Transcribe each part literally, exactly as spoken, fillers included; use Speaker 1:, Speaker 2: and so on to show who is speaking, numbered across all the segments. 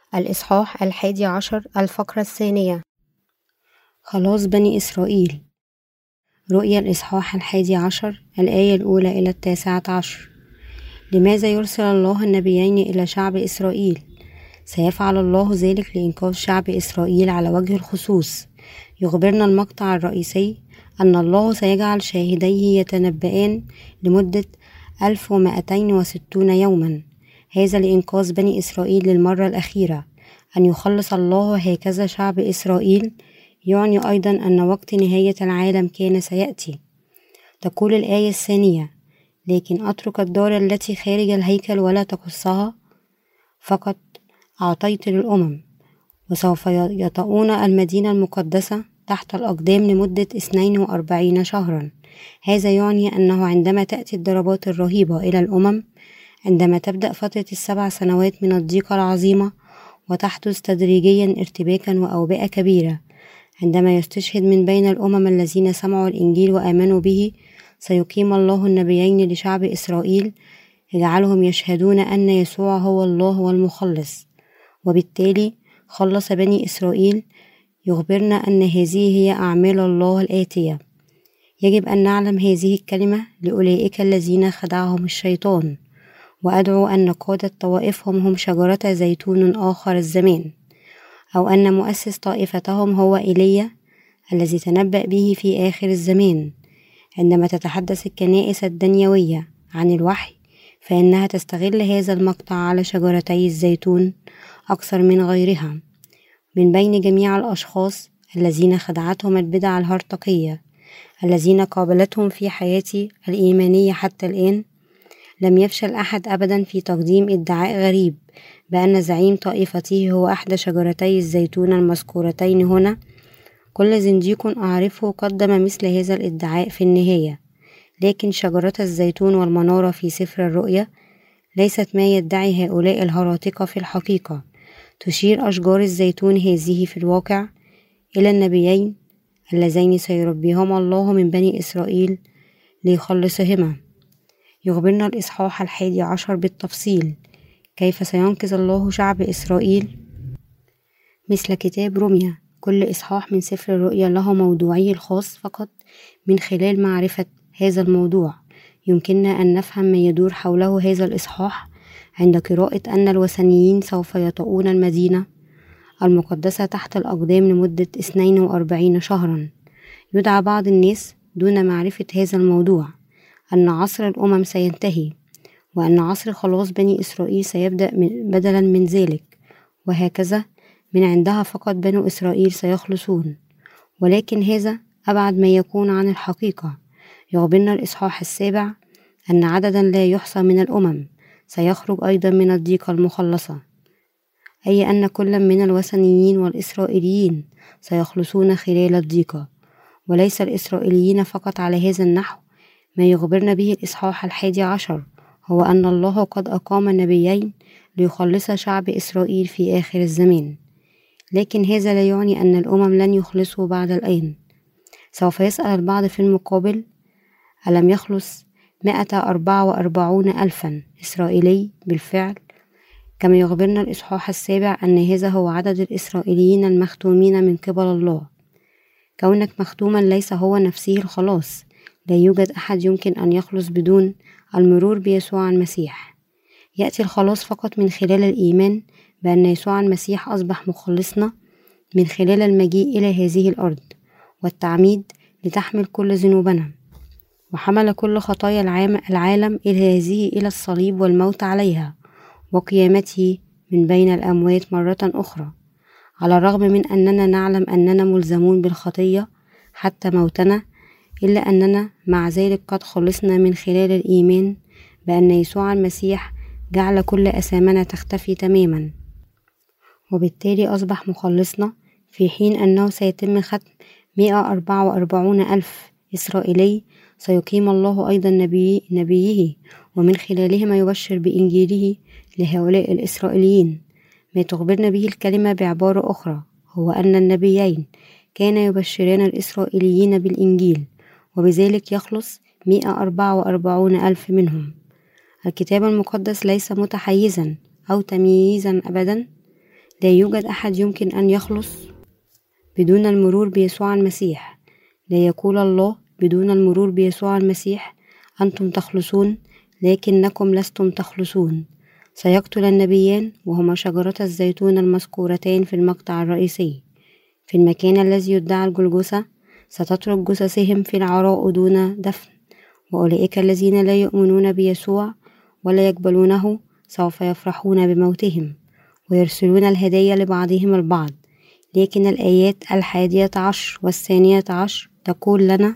Speaker 1: الإصحاح الحادي عشر الفقرة الثانية. خلاص بني إسرائيل. رؤيا الإصحاح الحادي عشر الآية الأولى إلى التاسعة عشر. لماذا يرسل الله النبيين إلى شعب إسرائيل؟ سيفعل الله ذلك لإنقاذ شعب إسرائيل على وجه الخصوص. يخبرنا المقطع الرئيسي أن الله سيجعل شاهديه يتنبئان لمدة ألف ومائتين وستون يوما، هذا لإنقاذ بني إسرائيل للمرة الأخيرة. أن يخلص الله هكذا شعب إسرائيل يعني أيضا أن وقت نهاية العالم كان سيأتي. تقول الآية الثانية: لكن أترك الدار التي خارج الهيكل ولا تقصها، فقط أعطيت للأمم، وسوف يطؤون المدينة المقدسة تحت الأقدام لمدة اثنين وأربعين شهرا. هذا يعني أنه عندما تأتي الضربات الرهيبة إلى الأمم، عندما تبدأ فترة السبع سنوات من الضيقة العظيمة وتحدث تدريجيا ارتباكا وأوبئة كبيرة، عندما يستشهد من بين الأمم الذين سمعوا الإنجيل وآمنوا به، سيقيم الله النبيين لشعب إسرائيل، يجعلهم يشهدون أن يسوع هو الله والمخلص، وبالتالي خلص بني إسرائيل. يخبرنا أن هذه هي أعمال الله الآتية. يجب أن نعلم هذه الكلمة لأولئك الذين خدعهم الشيطان، وأدعو أن قادة طوائفهم هم شجرة زيتون آخر الزمان، أو أن مؤسس طائفتهم هو إيليا الذي تنبأ به في آخر الزمان. عندما تتحدث الكنائس الدنيوية عن الوحي، فإنها تستغل هذا المقطع على شجرتي الزيتون أكثر من غيرها. من بين جميع الأشخاص الذين خدعتهم البدع الهرطقية الذين قابلتهم في حياتي الإيمانية حتى الآن، لم يفشل أحد أبدا في تقديم ادعاء غريب بأن زعيم طائفته هو أحد شجرتي الزيتون المذكورتين هنا. كل زنديق أعرفه قدم مثل هذا الادعاء في النهاية، لكن شجرة الزيتون والمنارة في سفر الرؤيا ليست ما يدعي هؤلاء الهراطقة في الحقيقة. تشير أشجار الزيتون هذه في الواقع إلى النبيين اللذين سيربيهما الله من بني إسرائيل ليخلصهما. يخبرنا الإصحاح الحادي عشر بالتفصيل كيف سينقذ الله شعب إسرائيل. مثل كتاب روميا، كل إصحاح من سفر الرؤيا له موضوعه الخاص فقط. من خلال معرفة هذا الموضوع يمكننا أن نفهم ما يدور حوله هذا الإصحاح عند قراءة أن الوثنيين سوف يطؤون المدينة المقدسة تحت الأقدام لمدة اثنين وأربعين شهرا. يدعى بعض الناس دون معرفة هذا الموضوع أن عصر الأمم سينتهي، وأن عصر خلاص بني إسرائيل سيبدأ من بدلا من ذلك، وهكذا من عندها فقط بنو إسرائيل سيخلصون. ولكن هذا أبعد ما يكون عن الحقيقة. يخبرنا الإصحاح السابع أن عددا لا يحصى من الأمم سيخرج أيضا من الضيقة المخلصة، أي أن كل من الوثنيين والإسرائيليين سيخلصون خلال الضيقة، وليس الإسرائيليين فقط على هذا النحو. ما يخبرنا به الإصحاح الحادي عشر هو أن الله قد أقام نبيين ليخلص شعب إسرائيل في آخر الزمان، لكن هذا لا يعني أن الأمم لن يخلصوا بعد الآن. سوف يسأل البعض في المقابل: ألم يخلص مائة وأربعة وأربعون ألفا إسرائيلي بالفعل؟ كما يخبرنا الإصحاح السابع أن هذا هو عدد الإسرائيليين المختومين من قبل الله. كونك مختوما ليس هو نفسه الخلاص. لا يوجد أحد يمكن أن يخلص بدون المرور بيسوع المسيح. يأتي الخلاص فقط من خلال الإيمان بأن يسوع المسيح أصبح مخلصنا من خلال المجيء إلى هذه الأرض والتعميد لتحمل كل ذنوبنا، وحمل كل خطايا العالم إلى هذه إلى الصليب والموت عليها وقيامته من بين الأموات مرة أخرى. على الرغم من أننا نعلم أننا ملزمون بالخطية حتى موتنا، إلا أننا مع ذلك قد خلصنا من خلال الإيمان بأن يسوع المسيح جعل كل أثامنا تختفي تماما، وبالتالي أصبح مخلصنا، في حين أنه سيتم ختم مائة وأربعة وأربعون ألف إسرائيلي سيقيم الله أيضا نبي نبيه، ومن خلالهما يبشر بإنجيله لهؤلاء الإسرائيليين. ما تخبرنا به الكلمة بعبارة أخرى هو أن النبيين كان يبشران الإسرائيليين بالإنجيل، وبذلك يخلص مائة وأربعة وأربعون ألف منهم. الكتاب المقدس ليس متحيزا أو تمييزا أبدا، لا يوجد أحد يمكن أن يخلص بدون المرور بيسوع المسيح. لا يقول الله بدون المرور بيسوع المسيح أنتم تخلصون، لكنكم لستم تخلصون. سيقتل النبيان وهما شجرة الزيتون المذكورتان في المقطع الرئيسي في المكان الذي يدعى الجلجثة. ستترك جثثهم في العراء دون دفن، وأولئك الذين لا يؤمنون بيسوع ولا يقبلونه سوف يفرحون بموتهم ويرسلون الهدايا لبعضهم البعض. لكن الآيات الحادية عشر والثانية عشر تقول لنا: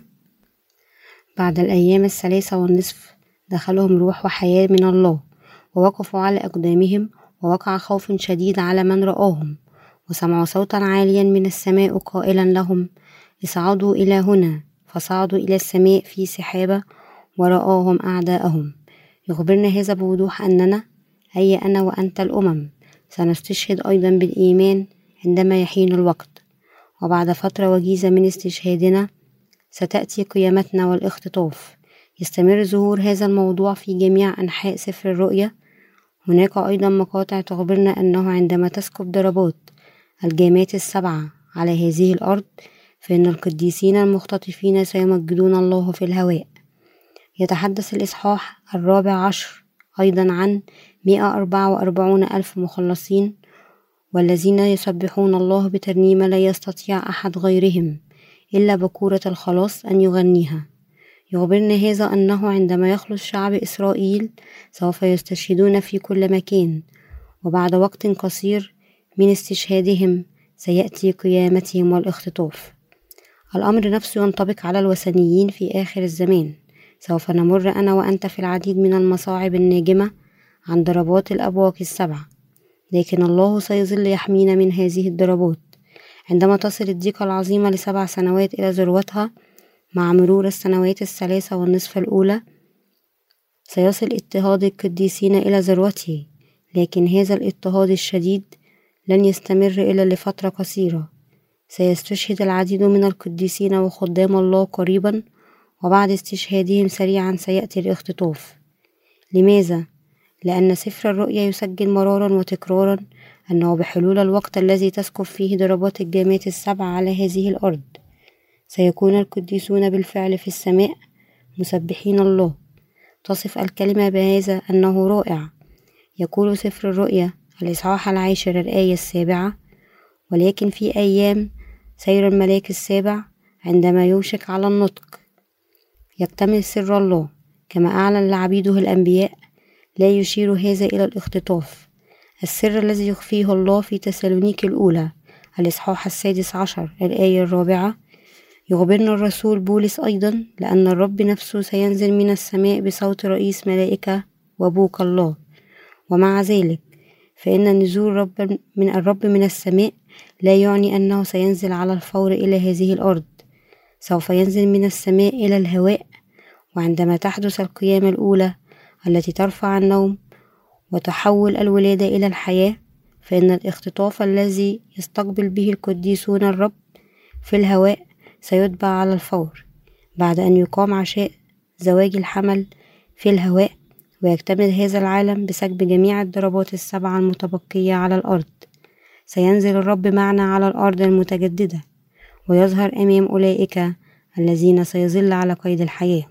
Speaker 1: بعد الأيام الثلاثة والنصف دخلهم روح وحياة من الله، ووقفوا على أقدامهم، ووقع خوف شديد على من رآهم، وسمعوا صوتا عاليا من السماء قائلا لهم: اصعدوا إلى هنا. فصعدوا إلى السماء في سحابة ورآهم أعداءهم. يخبرنا هذا بوضوح أننا، أي أنا وأنت الأمم، سنستشهد أيضا بالإيمان عندما يحين الوقت. وبعد فترة وجيزة من استشهادنا ستأتي قيامتنا والاختطاف. يستمر ظهور هذا الموضوع في جميع أنحاء سفر الرؤيا. هناك أيضا مقاطع تخبرنا أنه عندما تسكب ضربات الجامات السبعة على هذه الأرض، فإن القديسين المختطفين سيمجدون الله في الهواء. يتحدث الإصحاح الرابع عشر أيضا عن مئة وأربعة وأربعون ألف مخلصين، والذين يسبحون الله بترنيمة لا يستطيع أحد غيرهم إلا بكورة الخلاص أن يغنيها. يخبرنا هذا أنه عندما يخلص شعب إسرائيل سوف يستشهدون في كل مكان، وبعد وقت قصير من استشهادهم سيأتي قيامتهم والاختطاف. الأمر نفسه ينطبق على الوثنيين في آخر الزمان. سوف نمر أنا وأنت في العديد من المصاعب الناجمة عن ضربات الأبواق السبع، لكن الله سيظل يحمينا من هذه الضربات. عندما تصل الضيقة العظيمة لسبع سنوات إلى ذروتها، مع مرور السنوات الثلاثة والنصف الأولى سيصل اضطهاد القديسين إلى ذروته، لكن هذا الاضطهاد الشديد لن يستمر إلا لفترة قصيرة. سيستشهد العديد من القديسين وخدام الله قريبا، وبعد استشهادهم سريعا سيأتي الاختطاف. لماذا؟ لأن سفر الرؤيا يسجل مرارا وتكرارا أنه بحلول الوقت الذي تسكب فيه ضربات الجامات السبع على هذه الأرض سيكون القديسون بالفعل في السماء مسبحين الله. تصف الكلمة بهذا أنه رائع. يقول سفر الرؤيا الإصحاح العاشر الآية السابعة: ولكن في أيام سير الملاك السابع عندما يوشك على النطق يكتمل سر الله كما أعلن لعبيده الأنبياء. لا يشير هذا إلى الاختطاف، السر الذي يخفيه الله في تسالونيك الأولى الإصحاح السادس عشر الآية الرابعة. يخبرنا الرسول بولس أيضا لأن الرب نفسه سينزل من السماء بصوت رئيس ملائكة وبوق الله. ومع ذلك فإن نزول رب من الرب من السماء لا يعني أنه سينزل على الفور إلى هذه الأرض. سوف ينزل من السماء إلى الهواء. وعندما تحدث القيامة الأولى التي ترفع النوم وتحول الولادة إلى الحياة، فإن الاختطاف الذي يستقبل به القديسون الرب في الهواء سيتبع على الفور بعد أن يقام عشاء زواج الحمل في الهواء، ويكتمل هذا العالم بسكب جميع الضربات السبعة المتبقية على الأرض. سينزل الرب معنا على الأرض المتجددة ويظهر أمام أولئك الذين سيظل على قيد الحياة.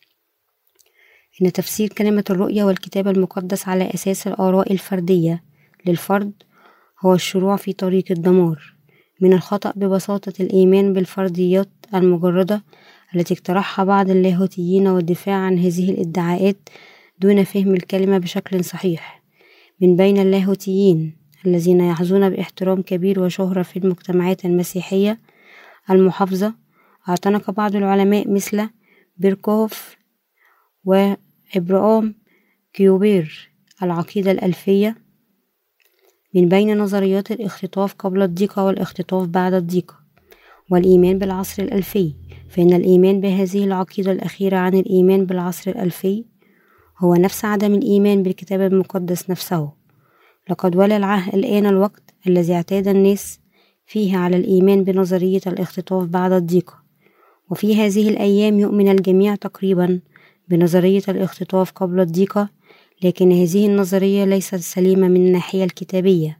Speaker 1: إن تفسير كلمة الرؤيا والكتاب المقدس على أساس الآراء الفردية للفرد هو الشروع في طريق الدمار. من الخطأ ببساطة الإيمان بالفرديات المجردة التي اقترحها بعض اللاهوتيين والدفاع عن هذه الادعاءات دون فهم الكلمة بشكل صحيح. من بين اللاهوتيين الذين يحظون باحترام كبير وشهرة في المجتمعات المسيحية المحافظة اعتنق بعض العلماء مثل بيركوف وإبراهام كيوبير العقيدة الألفية من بين نظريات الاختطاف قبل الضيقة والاختطاف بعد الضيقة والإيمان بالعصر الألفي. فإن الإيمان بهذه العقيدة الأخيرة عن الإيمان بالعصر الألفي هو نفس عدم الإيمان بالكتاب المقدس نفسه. لقد ولى العهد الآن الوقت الذي اعتاد الناس فيه على الإيمان بنظرية الاختطاف بعد الضيقة، وفي هذه الأيام يؤمن الجميع تقريبا بنظرية الاختطاف قبل الضيقة، لكن هذه النظرية ليست سليمة من الناحية الكتابية،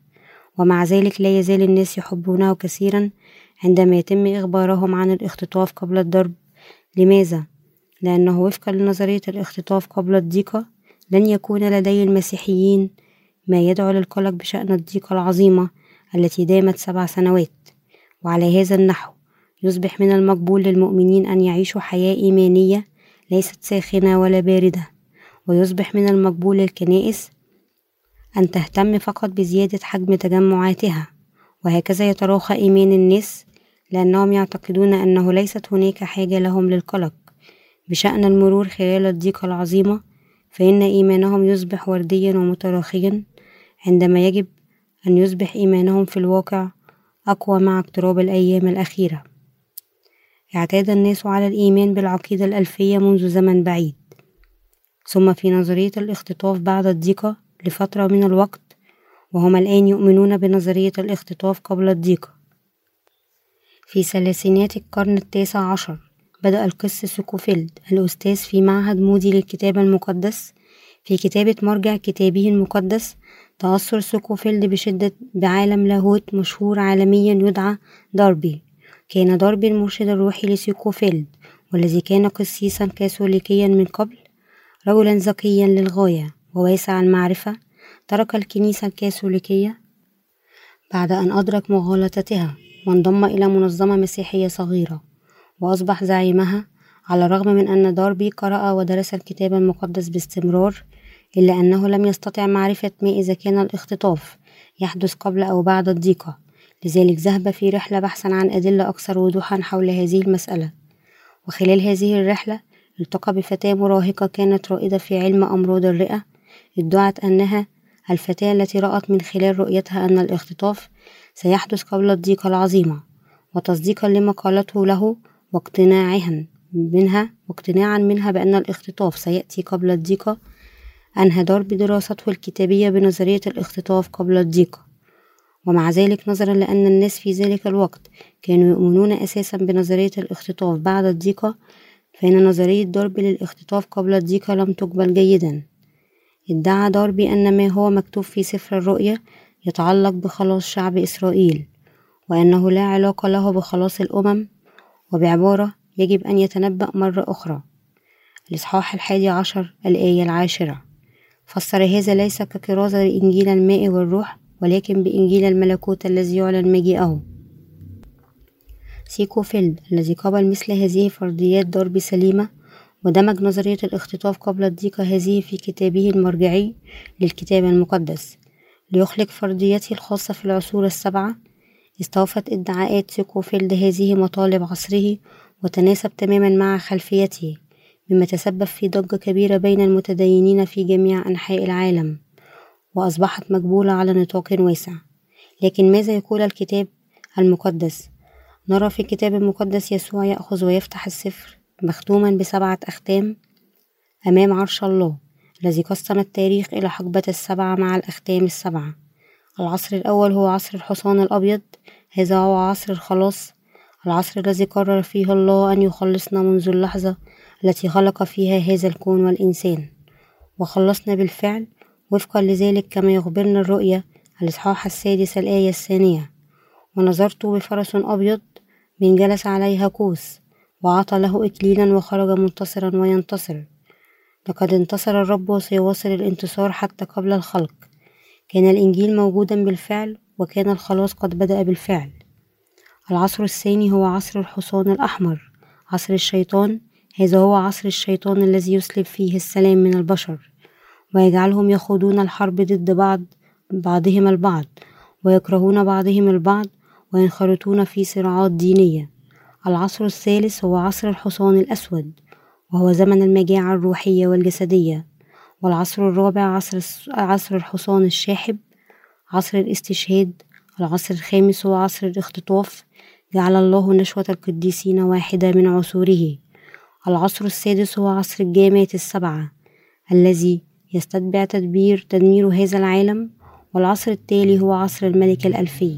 Speaker 1: ومع ذلك لا يزال الناس يحبونه كثيرا عندما يتم إخبارهم عن الاختطاف قبل الضرب. لماذا؟ لأنه وفقا لنظرية الاختطاف قبل الضيقة لن يكون لدي المسيحيين ما يدعو للقلق بشأن الضيقة العظيمة التي دامت سبع سنوات. وعلى هذا النحو يصبح من المقبول للمؤمنين أن يعيشوا حياة إيمانية ليست ساخنة ولا باردة، ويصبح من المقبول للكنائس أن تهتم فقط بزيادة حجم تجمعاتها، وهكذا يتراخى إيمان الناس لأنهم يعتقدون أنه ليست هناك حاجة لهم للقلق بشأن المرور خلال الضيقة العظيمة، فإن إيمانهم يصبح ورديا ومتراخيا عندما يجب أن يصبح إيمانهم في الواقع أقوى مع اقتراب الأيام الأخيرة. اعتاد الناس على الإيمان بالعقيدة الألفية منذ زمن بعيد، ثم في نظرية الاختطاف بعد الضيقة لفترة من الوقت، وهم الآن يؤمنون بنظرية الاختطاف قبل الضيقة. في ثلاثينات القرن التاسع عشر بدأ القس سكوفيلد الأستاذ في معهد مودي للكتاب المقدس في كتابة مرجع كتابه المقدس تأثر سكوفيلد بشدة بعالم لاهوت مشهور عالميا يدعى داربي. كان داربي المرشد الروحي لسكوفيلد، والذي كان قسيسا كاثوليكيا من قبل، رجلا ذكيا للغاية وواسع المعرفة. ترك الكنيسة الكاثوليكية بعد أن أدرك مغالطتها وانضم إلى منظمة مسيحية صغيرة وأصبح زعيمها، على الرغم من أن داربي قرأ ودرس الكتاب المقدس باستمرار، إلا أنه لم يستطع معرفة ما إذا كان الاختطاف يحدث قبل أو بعد الضيقة. لذلك ذهب في رحلة بحثا عن أدلة أكثر وضوحا حول هذه المسألة. وخلال هذه الرحلة التقى بفتاة مراهقة كانت رائدة في علم أمراض الرئة، ادعت أنها الفتاة التي رأت من خلال رؤيتها أن الاختطاف سيحدث قبل الضيقة العظيمة، وتصديقا لما قالته له واقتناعها منها واقتناعا منها بأن الاختطاف سيأتي قبل الضيقة، أنهى داربي دراسته الكتابية بنظرية الاختطاف قبل الضيقة. ومع ذلك نظرا لأن الناس في ذلك الوقت كانوا يؤمنون أساسا بنظرية الاختطاف بعد الضيقة، فإن نظرية داربي للاختطاف قبل الضيقة لم تقبل جيدا. ادعى داربي أن ما هو مكتوب في سفر الرؤيا يتعلق بخلاص شعب إسرائيل، وأنه لا علاقة له بخلاص الأمم، وبعبارة يجب أن يتنبأ مرة أخرى. الإصحاح الحادي عشر الآية العاشرة فسر هذا ليس ككرازة لإنجيل الماء والروح، ولكن بإنجيل الملكوت الذي يعلن مجيئه. سيكوفيلد الذي قبل مثل هذه فرضيات داربي سليمة ودمج نظرية الاختطاف قبل الضيقة هذه في كتابه المرجعي للكتاب المقدس ليخلق فرضيته الخاصة في العصور السبعة، استوفت ادعاءات سيكوفيلد هذه مطالب عصره وتناسب تماما مع خلفيته، مما تسبب في ضجة كبيرة بين المتدينين في جميع أنحاء العالم، وأصبحت مقبولة على نطاق واسع. لكن ماذا يقول الكتاب المقدس؟ نرى في الكتاب المقدس يسوع يأخذ ويفتح السفر مختوما بسبعة أختام أمام عرش الله الذي قسم التاريخ إلى حقبة السبعة مع الأختام السبعة. العصر الأول هو عصر الحصان الأبيض، هذا هو عصر الخلاص، العصر الذي قرر فيه الله أن يخلصنا منذ اللحظة التي خلق فيها هذا الكون والإنسان، وخلصنا بالفعل وفقا لذلك كما يخبرنا الرؤيا الإصحاح السادس الآية الثانية: ونظرت بفرس أبيض من جلس عليها كوس وعطى له إكليلا وخرج منتصرا وينتصر. لقد انتصر الرب وسيواصل الانتصار حتى قبل الخلق. كان الإنجيل موجودا بالفعل، وكان الخلاص قد بدأ بالفعل. العصر الثاني هو عصر الحصان الأحمر، عصر الشيطان، هذا هو عصر الشيطان الذي يسلب فيه السلام من البشر ويجعلهم يخوضون الحرب ضد بعض بعضهم البعض ويكرهون بعضهم البعض وينخرطون في صراعات دينية. العصر الثالث هو عصر الحصان الأسود، وهو زمن المجاعة الروحية والجسدية. والعصر الرابع عصر عصر الحصان الشاحب، عصر الاستشهاد. العصر الخامس هو عصر الاختطاف، جعل الله نشوة القديسين واحدة من عصوره. العصر السادس هو عصر الجامات السبعة الذي يستتبع تدبير تدمير هذا العالم. والعصر التالي هو عصر الملك الألفي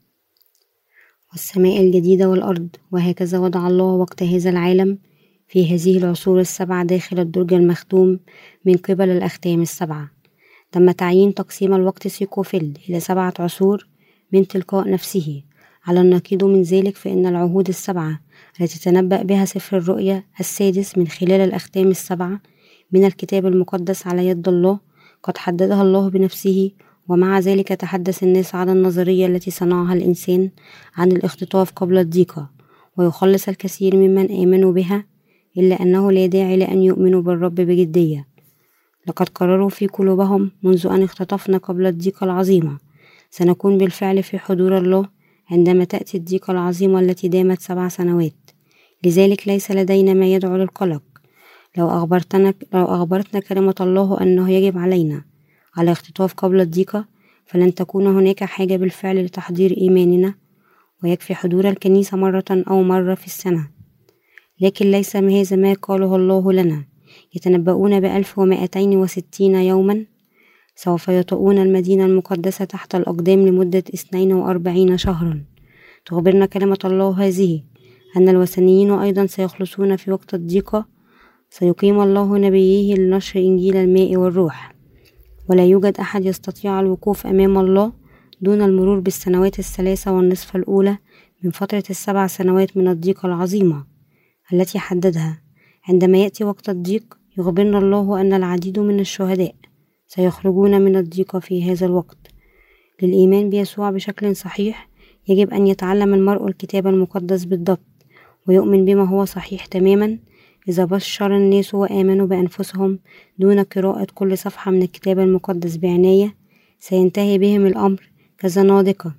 Speaker 1: والسماء الجديدة والأرض. وهكذا وضع الله وقت هذا العالم في هذه العصور السبعة داخل الدرج المختوم من قبل الأختام السبعة. تم تعيين تقسيم الوقت سيكوفيلد إلى سبعة عصور من تلقاء نفسه. على النقيض من ذلك فإن العهود السبعة التي تنبأ بها سفر الرؤيا السادس من خلال الأختام السبعة من الكتاب المقدس على يد الله قد حددها الله بنفسه، ومع ذلك تحدث الناس عن النظرية التي صنعها الإنسان عن الاختطاف قبل الضيقة ويخلص الكثير ممن آمنوا بها، إلا أنه لا داعي لأن يؤمنوا بالرب بجدية. لقد قرروا في قلوبهم منذ أن اختطفنا قبل الضيقة العظيمة سنكون بالفعل في حضور الله عندما تأتي الضيقة العظيمة التي دامت سبع سنوات. لذلك ليس لدينا ما يدعو للقلق. لو أخبرتنا, لو أخبرتنا كلمة الله أنه يجب علينا على اختطاف قبل الضيقة فلن تكون هناك حاجة بالفعل لتحضير إيماننا، ويكفي حضور الكنيسة مرة أو مرة في السنة. لكن ليس هذا ما قاله الله لنا. يتنبؤون بألف ومائتين وستين يوما سوف يطؤون المدينة المقدسة تحت الأقدام لمدة اثنين وأربعين شهرا. تخبرنا كلمة الله هذه أن الوثنيين أيضا سيخلصون في وقت الضيقة. سيقيم الله نبيه لنشر إنجيل الماء والروح، ولا يوجد أحد يستطيع الوقوف أمام الله دون المرور بالسنوات الثلاثة والنصف الأولى من فترة السبع سنوات من الضيقة العظيمة التي حددها. عندما يأتي وقت الضيق يخبرنا الله أن العديد من الشهداء سيخرجون من الضيقة في هذا الوقت. للإيمان بيسوع بشكل صحيح يجب أن يتعلم المرء الكتاب المقدس بالضبط ويؤمن بما هو صحيح تماما. إذا بشر الناس وآمنوا بأنفسهم دون قراءة كل صفحة من الكتاب المقدس بعناية سينتهي بهم الأمر كزنادقة.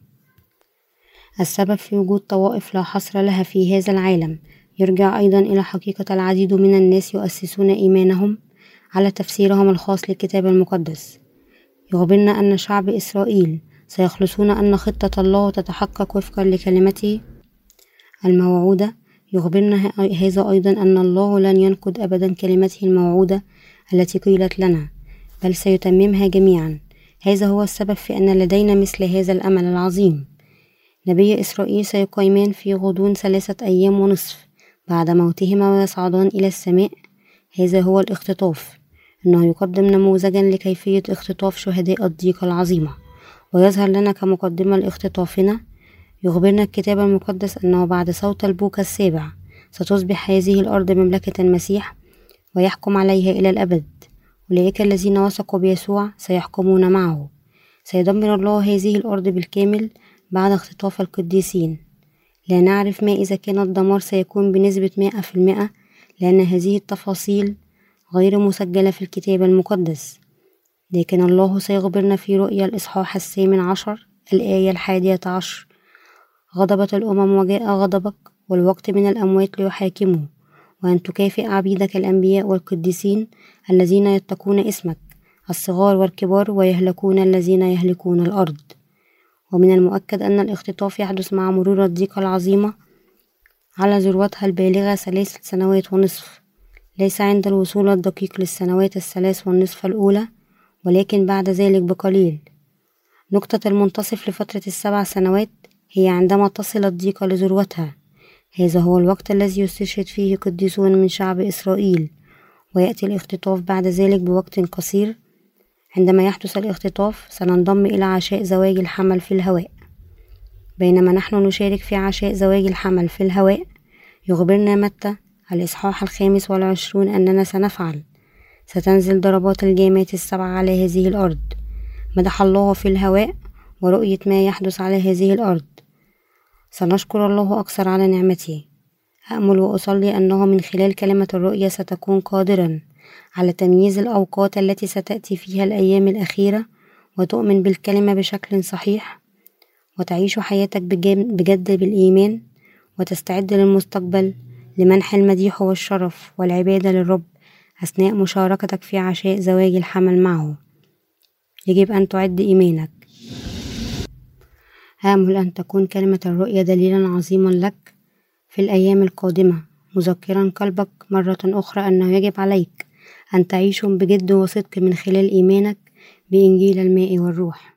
Speaker 1: السبب في وجود طوائف لا حصر لها في هذا العالم يرجع أيضا إلى حقيقة العديد من الناس يؤسسون إيمانهم على تفسيرهم الخاص للكتاب المقدس. يخبرنا أن شعب إسرائيل سيخلصون أن خطة الله تتحقق وفقا لكلمته الموعودة. يخبرنا هذا أيضا أن الله لن ينقض أبدا كلمته الموعودة التي قيلت لنا، بل سيتممها جميعا. هذا هو السبب في أن لدينا مثل هذا الأمل العظيم. نبي إسرائيل سيقيمان في غضون ثلاثة أيام ونصف بعد موتهما ويصعدان إلى السماء. هذا هو الاختطاف. إنه يقدم نموذجا لكيفية اختطاف شهداء الضيقة العظيمة ويظهر لنا كمقدمة لاختطافنا. يخبرنا الكتاب المقدس أنه بعد صوت البوق السابع ستصبح هذه الأرض مملكة المسيح ويحكم عليها إلى الأبد. أولئك الذين وثقوا بيسوع سيحكمون معه. سيدمر الله هذه الأرض بالكامل بعد اختطاف القديسين. لا نعرف ما إذا كان الدمار سيكون بنسبة مئة في المئة، لأن هذه التفاصيل غير مسجلة في الكتاب المقدس. لكن الله سيخبرنا في رؤيا الإصحاح الثامن عشر الآية الحادية عشر: غضبت الأمم وجاء غضبك والوقت من الأموات ليحاكموا، وأن تكافئ عبيدك الأنبياء والقديسين الذين يتقون اسمك الصغار والكبار، ويهلكون الذين يهلكون الأرض. ومن المؤكد أن الاختطاف يحدث مع مرور الضيقة العظيمة على ذروتها البالغة ثلاث سنوات ونصف، ليس عند الوصول الدقيق للسنوات الثلاث والنصف الأولى، ولكن بعد ذلك بقليل. نقطة المنتصف لفترة السبع سنوات هي عندما تصل الضيقة لذروتها. هذا هو الوقت الذي يستشهد فيه قديسون من شعب إسرائيل، ويأتي الاختطاف بعد ذلك بوقت قصير. عندما يحدث الاختطاف سننضم إلى عشاء زواج الحمل في الهواء. بينما نحن نشارك في عشاء زواج الحمل في الهواء يخبرنا متى الإصحاح الخامس والعشرون أننا سنفعل. ستنزل ضربات الجامات السبع على هذه الأرض. مدح الله في الهواء ورؤية ما يحدث على هذه الأرض. سنشكر الله أكثر على نعمته. أأمل وأصلي أنه من خلال كلمة الرؤية ستكون قادرا على تمييز الأوقات التي ستأتي فيها الأيام الأخيرة، وتؤمن بالكلمة بشكل صحيح، وتعيش حياتك بجد بالإيمان، وتستعد للمستقبل لمنح المديح والشرف والعبادة للرب أثناء مشاركتك في عشاء زواج الحمل معه. يجب أن تعد إيمانك. آمل أن تكون كلمة الرؤية دليلا عظيما لك في الأيام القادمة، مذكرا قلبك مرة أخرى أنه يجب عليك أن تعيش بجد وصدق من خلال إيمانك بإنجيل الماء والروح.